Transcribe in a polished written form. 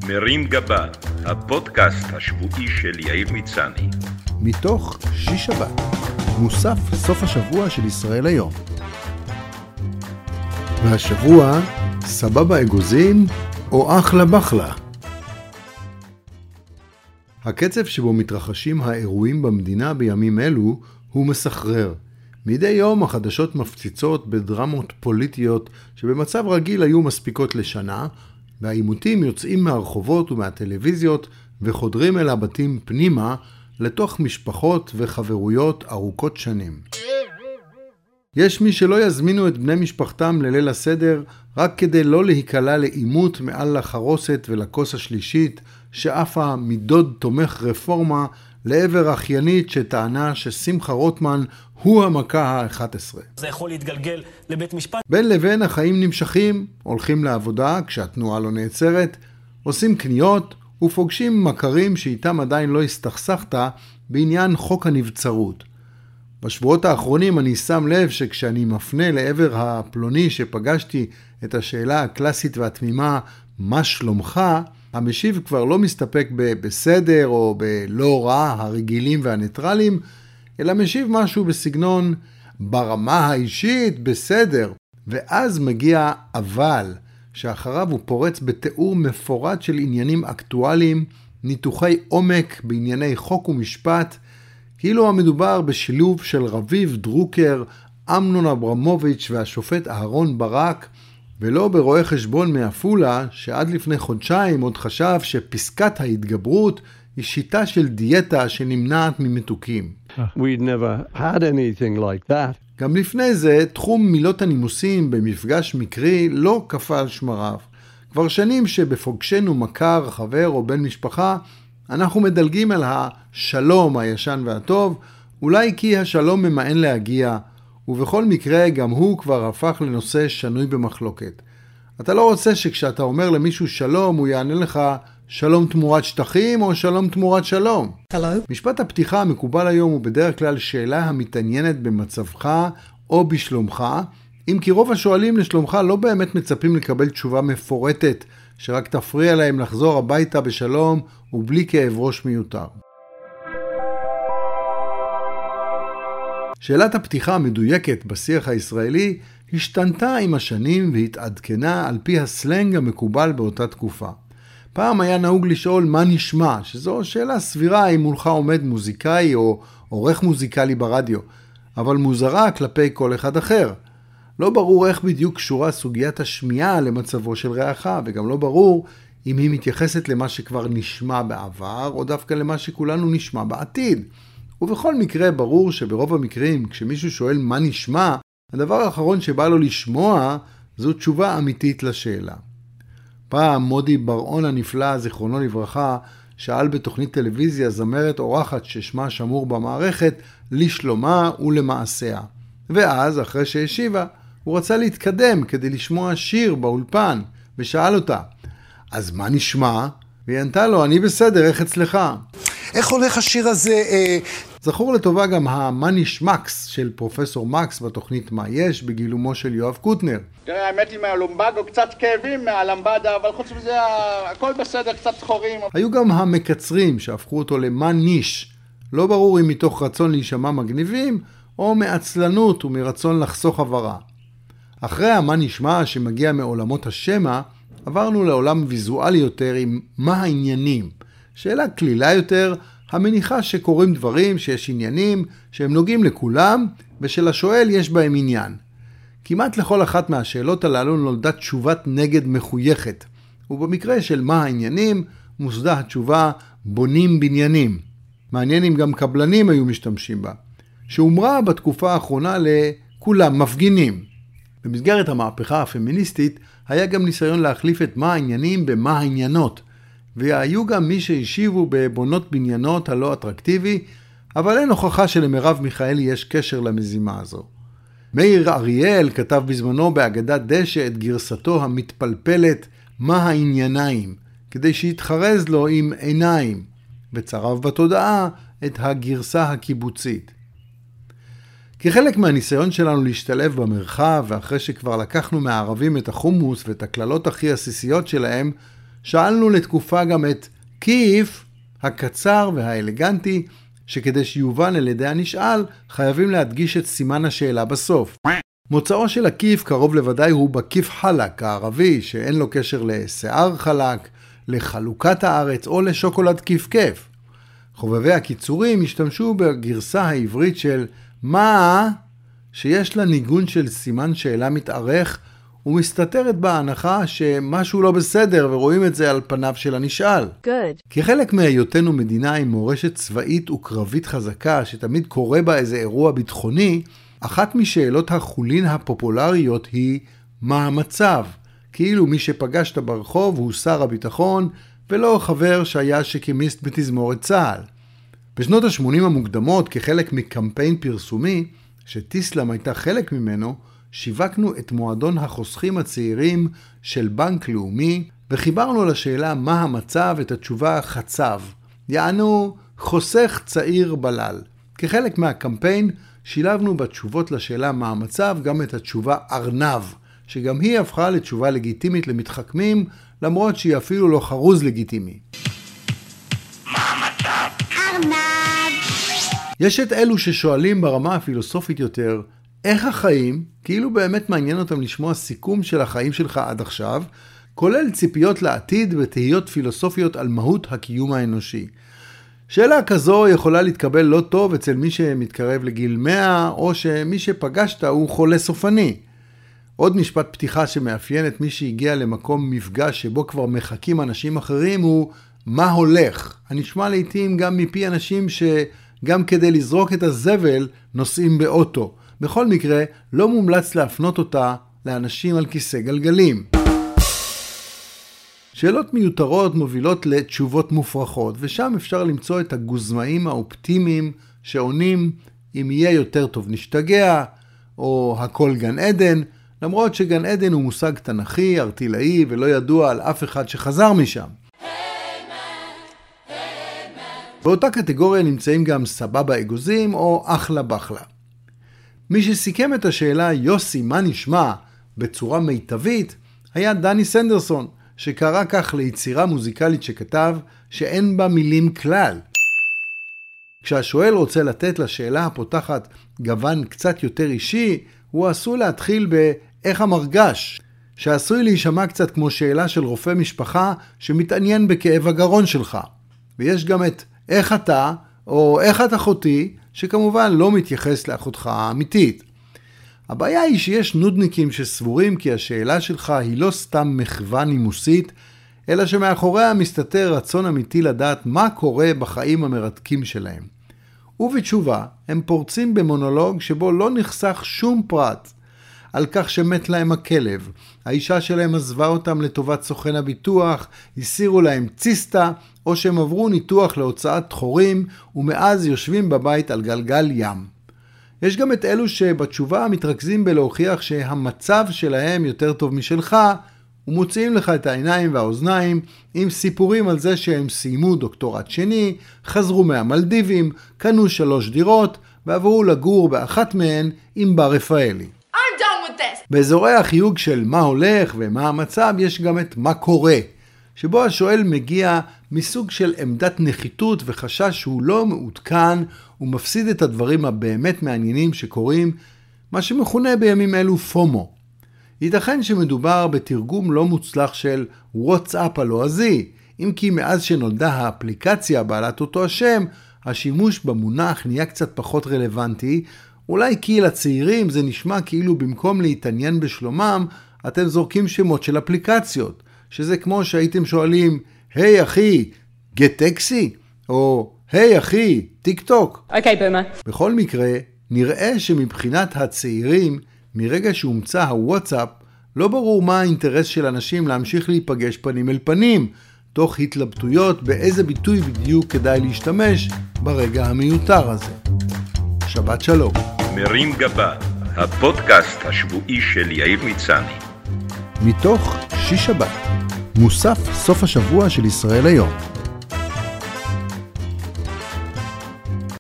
מרים גבה, הפודקאסט השבועי של יאיר מצני. מתוך שיש שבת, מוסף סוף השבוע של ישראל היום. והשבוע, סבבה אגוזים או אחלה בחלה. הקצב שבו מתרחשים האירועים במדינה בימים אלו הוא מסחרר. מדי יום החדשות מפציצות בדרמות פוליטיות שבמצב רגיל היו מספיקות לשנה, והעימותים יוצאים מהרחובות ומהטלוויזיות וחודרים אל הבתים פנימה לתוך משפחות וחברויות ארוכות שנים. יש מי שלא יזמינו את בני משפחתם לליל הסדר רק כדי לא להיקלע לעימות מעל לחרוסת ולכוס השלישית שאפה מדוד תומך רפורמה לעבר אחיינית שטענה ששמחה רוטמן הוא המכה ה-11. זה יכול להתגלגל לבית משפט. בין לבין החיים נמשכים, הולכים לעבודה כשהתנועה לא נעצרת, עושים קניות ופוגשים מכרים שאיתם עדיין לא הסתכסכת בעניין חוק הנבצרות. בשבועות האחרונים אני שם לב שכשאני מפנה לעבר הפלוני שפגשתי את השאלה הקלאסית והתמימה, מה שלומך? המשיב כבר לא מסתפק בסדר או בלא רע הרגילים והניטרלים, אלא משיב משהו בסגנון ברמה האישית בסדר. ואז מגיע אבל, שאחריו הוא פורץ בתיאור מפורט של עניינים אקטואליים, ניתוחי עומק בענייני חוק ומשפט, כאילו המדובר בשילוב של רביב דרוקר, אמנון אברמוביץ' והשופט אהרון ברק, ולא ברואה חשבון מעפולה שעד לפני חודשיים עוד חשב שפסקת ההתגברות היא שיטה של דיאטה שנמנעת ממתוקים. We'd never had anything like that. גם לפני זה תחום מילות הנימוסים במפגש מקרי לא קפא על שמריו. כבר שנים שבפוגשנו מכר, חבר או בן משפחה, אנחנו מדלגים על השלום הישן והטוב, אולי כי השלום ממאן להגיע, ובכל מקרה גם הוא כבר הפך לנושא שנוי במחלוקת. אתה לא רוצה שכשאתה אומר למישהו שלום, הוא יענה לך שלום תמורת שטחים או שלום תמורת שלום. Hello. משפט הפתיחה המקובל היום הוא בדרך כלל שאלה המתעניינת במצבך או בשלומך, אם כי רוב השואלים לשלומך לא באמת מצפים לקבל תשובה מפורטת, שרק תפריע להם לחזור הביתה בשלום ובלי כאב ראש מיותר. שאלת הפתיחה המדויקת בשיח הישראלי השתנתה עם השנים והתעדכנה על פי הסלנג המקובל באותה תקופה. פעם היה נהוג לשאול מה נשמע, שזו שאלה סבירה אם מולך עומד מוזיקאי או עורך מוזיקלי ברדיו, אבל מוזרה כלפי כל אחד אחר. לא ברור איך בדיוק קשורה סוגיית השמיעה למצבו של רעך, וגם לא ברור אם היא מתייחסת למה שכבר נשמע בעבר, או דווקא למה שכולנו נשמע בעתיד. ובכל מקרה ברור שברוב המקרים, כשמישהו שואל מה נשמע, הדבר האחרון שבא לו לשמוע, זו תשובה אמיתית לשאלה. פעם מודי ברעון הנפלא, זיכרונו לברכה, שאל בתוכנית טלוויזיה זמרת אורחת ששמה שמור במערכת, לשלומה ולמעשיה. ואז, אחרי שהשיבה, הוא רצה להתקדם כדי לשמוע שיר באולפן, ושאל אותה, אז מה נשמע? והיא ענתה לו, אני בסדר, איך אצלך? איך הולך השיר הזה? זכור לטובה גם מה נשמקס של פרופסור מקס בתוכנית מה יש בגילומו של יואב קוטנר. תראה, האמת היא מהלומבגו, קצת כאבים מהלמבדה, אבל חוץ מזה הכל בסדר, קצת שחורים. היו גם המקצרים שהפכו אותו למה ניש. לא ברור אם מתוך רצון להישמע מגניבים, או מעצלנות ומרצון לחסוך עברה. אחרי המה נשמע שמגיע מעולמות השמה, עברנו לעולם ויזואלי יותר עם מה העניינים. שאלה כלילה יותר, המניחה שקורים דברים, שיש עניינים, שהם נוגעים לכולם, ושלשואל יש בהם עניין. כמעט לכל אחת מהשאלות הללו נולדה תשובת נגד מחויכת, ובמקרה של מה העניינים, מוסדה התשובה בונים בניינים. מעניין אם גם קבלנים היו משתמשים בה, שאומרה בתקופה האחרונה לכולם מפגינים. במסגרת המהפכה הפמיניסטית היה גם ניסיון להחליף את מה העניינים במה העניינות, והיו גם מי שהשיבו בבונות בניינות הלא אטרקטיבי, אבל אין הוכחה שלמרב מיכאלי יש קשר למזימה הזו. מאיר אריאל כתב בזמנו באגדת דשא את גרסתו המתפלפלת מה הענייניים, כדי שיתחרז לו עם עיניים, וצרב בתודעה את הגרסה הקיבוצית. כחלק מהניסיון שלנו להשתלב במרחב, ואחרי שכבר לקחנו מהערבים את החומוס ואת הכללות הכי עסיסיות שלהם, שאלנו לתקופה גם את כיף הקצר והאלגנטי, שכדי שיובן על ידי הנשאל, חייבים להדגיש את סימן השאלה בסוף. מוצאו של הכיף קרוב לוודאי הוא בכיף חלק הערבי, שאין לו קשר לשיער חלק, לחלוקת הארץ או לשוקולד כיף כיף. חובבי הקיצורים השתמשו בגרסה העברית של מה, שיש לה ניגון של סימן שאלה מתארך, ומסתתרת בהנחה שמשהו לא בסדר, ורואים את זה על פניו של הנשאל. Good. כחלק מהיותנו מדינה עם מורשת צבאית וקרבית חזקה, שתמיד קורה בה איזה אירוע ביטחוני, אחת משאלות החולין הפופולריות היא מה המצב? כאילו מי שפגשת ברחוב הוא שר הביטחון, ולא חבר שהיה שקימיסט בתזמורת צה"ל. בשנות ה-80 המוקדמות, כחלק מקמפיין פרסומי, שטיסלאם הייתה חלק ממנו, שיווקנו את מועדון החוסכים הצעירים של בנק לאומי, וחיברנו לשאלה מה המצב את התשובה חצב, יענו חוסך צעיר בלל. כחלק מהקמפיין שילבנו בתשובות לשאלה מה המצב גם את התשובה ארנב, שגם היא הפכה לתשובה לגיטימית למתחכמים, למרות שהיא אפילו לא חרוז לגיטימי. מה המצב? ארנב! יש את אלו ששואלים ברמה הפילוסופית יותר, איך החיים, כאילו באמת מעניין אותם לשמוע סיכום של החיים שלך עד עכשיו, כולל ציפיות לעתיד ותהיות פילוסופיות על מהות הקיום האנושי. שאלה כזו יכולה להתקבל לא טוב אצל מי שמתקרב לגיל 100, או שמי שפגשת הוא חולה סופני. עוד משפט פתיחה שמאפיין את מי שהגיע למקום מפגש שבו כבר מחכים אנשים אחרים הוא מה הולך. הנשמע לעתים גם מפי אנשים שגם כדי לזרוק את הזבל נוסעים באוטו. בכל מקרה, לא מומלץ להפנות אותה לאנשים על כיסא גלגלים. שאלות מיותרות מובילות לתשובות מופרכות, ושם אפשר למצוא את הגוזמאים האופטימיים שעונים אם יהיה יותר טוב נשתגע, או הכל גן עדן, למרות שגן עדן הוא מושג תנכי, ארטילאי, ולא ידוע על אף אחד שחזר משם. באותה קטגוריה נמצאים גם סבבה אגוזים או אחלה בחלה. מי שסיכם את השאלה יוסי מה נשמע בצורה מיטבית היה דני סנדרסון, שקרא כך ליצירה מוזיקלית שכתב שאין בה מילים כלל. כשהשואל רוצה לתת לשאלה הפותחת גוון קצת יותר אישי, הוא עשוי להתחיל באיך המרגש, שעשוי להישמע קצת כמו שאלה של רופא משפחה שמתעניין בכאב הגרון שלך. ויש גם את איך אתה או איך את אחותי, שכמובן לא מתייחס לאחותך האמיתית. הבעיה היא שיש נודניקים שסבורים כי השאלה שלך היא לא סתם מחווה נימוסית, אלא שמאחוריה מסתתר רצון אמיתי לדעת מה קורה בחיים המרתקים שלהם. ובתשובה, הם פורצים במונולוג שבו לא נחסך שום פרט על כך שמת להם הכלב, האישה שלהם עזבה אותם לטובת סוכן הביטוח, הסירו להם ציסטה, או שהם עברו ניתוח להוצאת חורים, ומאז יושבים בבית על גלגל ים. יש גם את אלו שבתשובה מתרכזים בלהוכיח שהמצב שלהם יותר טוב משלך, ומוציאים לך את העיניים והאוזניים עם סיפורים על זה שהם סיימו דוקטורט שני, חזרו מהמלדיבים, קנו 3 דירות, ועברו לגור באחת מהן עם בר רפאלי. I'm done with this. באזורי החיוג של מה הולך ומה המצב יש גם את מה קורה, שבו השואל מגיע מסוג של עמדת נחיתות וחשש שהוא לא מעודכן ומפסיד את הדברים הבאמת מעניינים שקורים, מה שמכונה בימים אלו פומו. ייתכן שמדובר בתרגום לא מוצלח של וואטסאפ הלועזי, אם כי מאז שנולדה האפליקציה בעלת אותו השם, השימוש במונח נהיה קצת פחות רלוונטי, אולי כי לצעירים זה נשמע כאילו במקום להתעניין בשלומם, אתם זורקים שמות של אפליקציות, שזה כמו שהייתם שואלים, היי אחי, גט טקסי? או היי אחי, טיק טוק? אוקיי, בומה. בכל מקרה, נראה שמבחינת הצעירים, מרגע שהומצא הוואטסאפ, לא ברור מה האינטרס של אנשים להמשיך להיפגש פנים אל פנים, תוך התלבטויות באיזה ביטוי בדיוק כדאי להשתמש ברגע המיותר הזה. שבת שלום. מרים גבה, הפודקאסט השבועי של יאיר מצני. מתוך שיש שבת, מוסף סוף השבוע של ישראל היום.